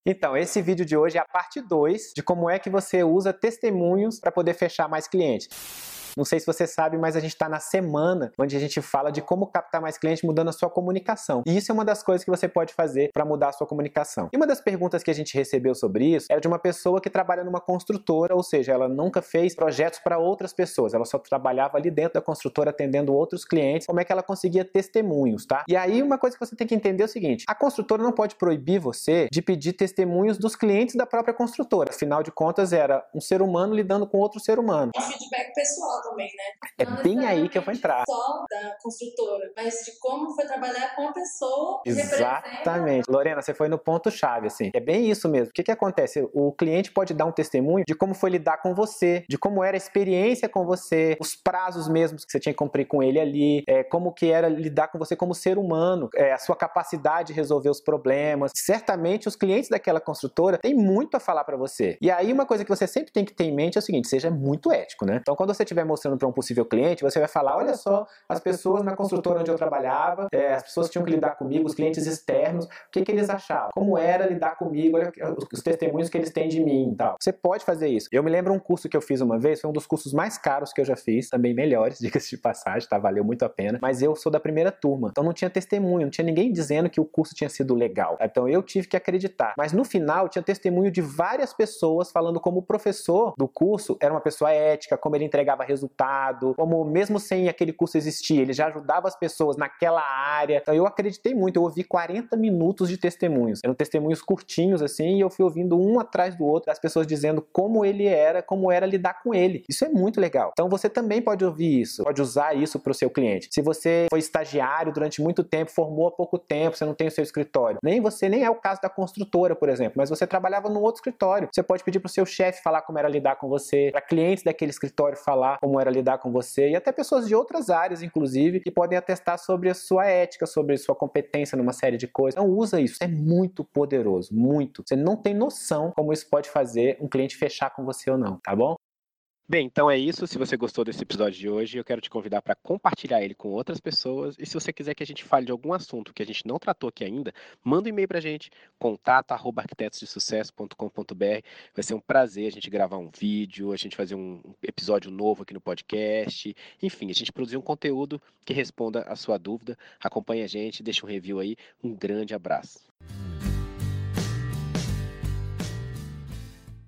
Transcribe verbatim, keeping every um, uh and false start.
Então, esse vídeo de hoje é a parte dois de como é que você usa testemunhos para poder fechar mais clientes. Não sei se você sabe, mas a gente está na semana onde a gente fala de como captar mais clientes mudando a sua comunicação. E isso é uma das coisas que você pode fazer para mudar a sua comunicação. E uma das perguntas que a gente recebeu sobre isso era de uma pessoa que trabalha numa construtora, ou seja, ela nunca fez projetos para outras pessoas, ela só trabalhava ali dentro da construtora atendendo outros clientes, como é que ela conseguia testemunhos, tá? E aí uma coisa que você tem que entender é o seguinte, a construtora não pode proibir você de pedir testemunhos dos clientes da própria construtora, afinal de contas era um ser humano lidando com outro ser humano. Um feedback pessoal também, né? É bem aí que eu vou entrar. Só da construtora, mas de como foi trabalhar com a pessoa que Exatamente. representa... Lorena, você foi no ponto-chave, assim. É bem isso mesmo. O que que acontece? O cliente pode dar um testemunho de como foi lidar com você, de como era a experiência com você, os prazos mesmos que você tinha que cumprir com ele ali, é, como que era lidar com você como ser humano, é, a sua capacidade de resolver os problemas. Certamente os clientes daquela construtora têm muito a falar para você. E aí uma coisa que você sempre tem que ter em mente é o seguinte, seja muito ético, né? Então quando você estiver mostrando para um possível cliente, você vai falar, olha só, as pessoas na construtora onde eu trabalhava, é, as pessoas que tinham que lidar comigo, os clientes externos, o que que eles achavam? Como era lidar comigo, olha os testemunhos que eles têm de mim e tal. Você pode fazer isso. Eu me lembro um curso que eu fiz uma vez, foi um dos cursos mais caros que eu já fiz, também melhores, diga-se de passagem, tá? Valeu muito a pena, mas eu sou da primeira turma, então não tinha testemunho, não tinha ninguém dizendo que o curso tinha sido legal. Então eu tive que acreditar. Mas no final tinha testemunho de várias pessoas falando como o professor do curso era uma pessoa ética, como ele entregava resultado, como mesmo sem aquele curso existir, ele já ajudava as pessoas naquela área. Então eu acreditei muito, eu ouvi quarenta minutos de testemunhos. Eram testemunhos curtinhos assim, e eu fui ouvindo um atrás do outro, as pessoas dizendo como ele era, como era lidar com ele. Isso é muito legal. Então você também pode ouvir isso, pode usar isso para o seu cliente. Se você foi estagiário durante muito tempo, formou há pouco tempo, você não tem o seu escritório. Nem você, nem é o caso da construtora, por exemplo, mas você trabalhava num outro escritório. Você pode pedir para o seu chefe falar como era lidar com você, para clientes daquele escritório falar como era lidar com você, e até pessoas de outras áreas, inclusive, que podem atestar sobre a sua ética, sobre a sua competência numa série de coisas. Então usa isso, é muito poderoso, muito. Você não tem noção como isso pode fazer um cliente fechar com você ou não, tá bom? Bem, então é isso. Se você gostou desse episódio de hoje, eu quero te convidar para compartilhar ele com outras pessoas. E se você quiser que a gente fale de algum assunto que a gente não tratou aqui ainda, manda um e-mail para a gente, contato arroba arquitetos de sucesso ponto com ponto b r. Vai ser um prazer a gente gravar um vídeo, a gente fazer um episódio novo aqui no podcast. Enfim, a gente produzir um conteúdo que responda a sua dúvida. Acompanhe a gente, deixa um review aí. Um grande abraço.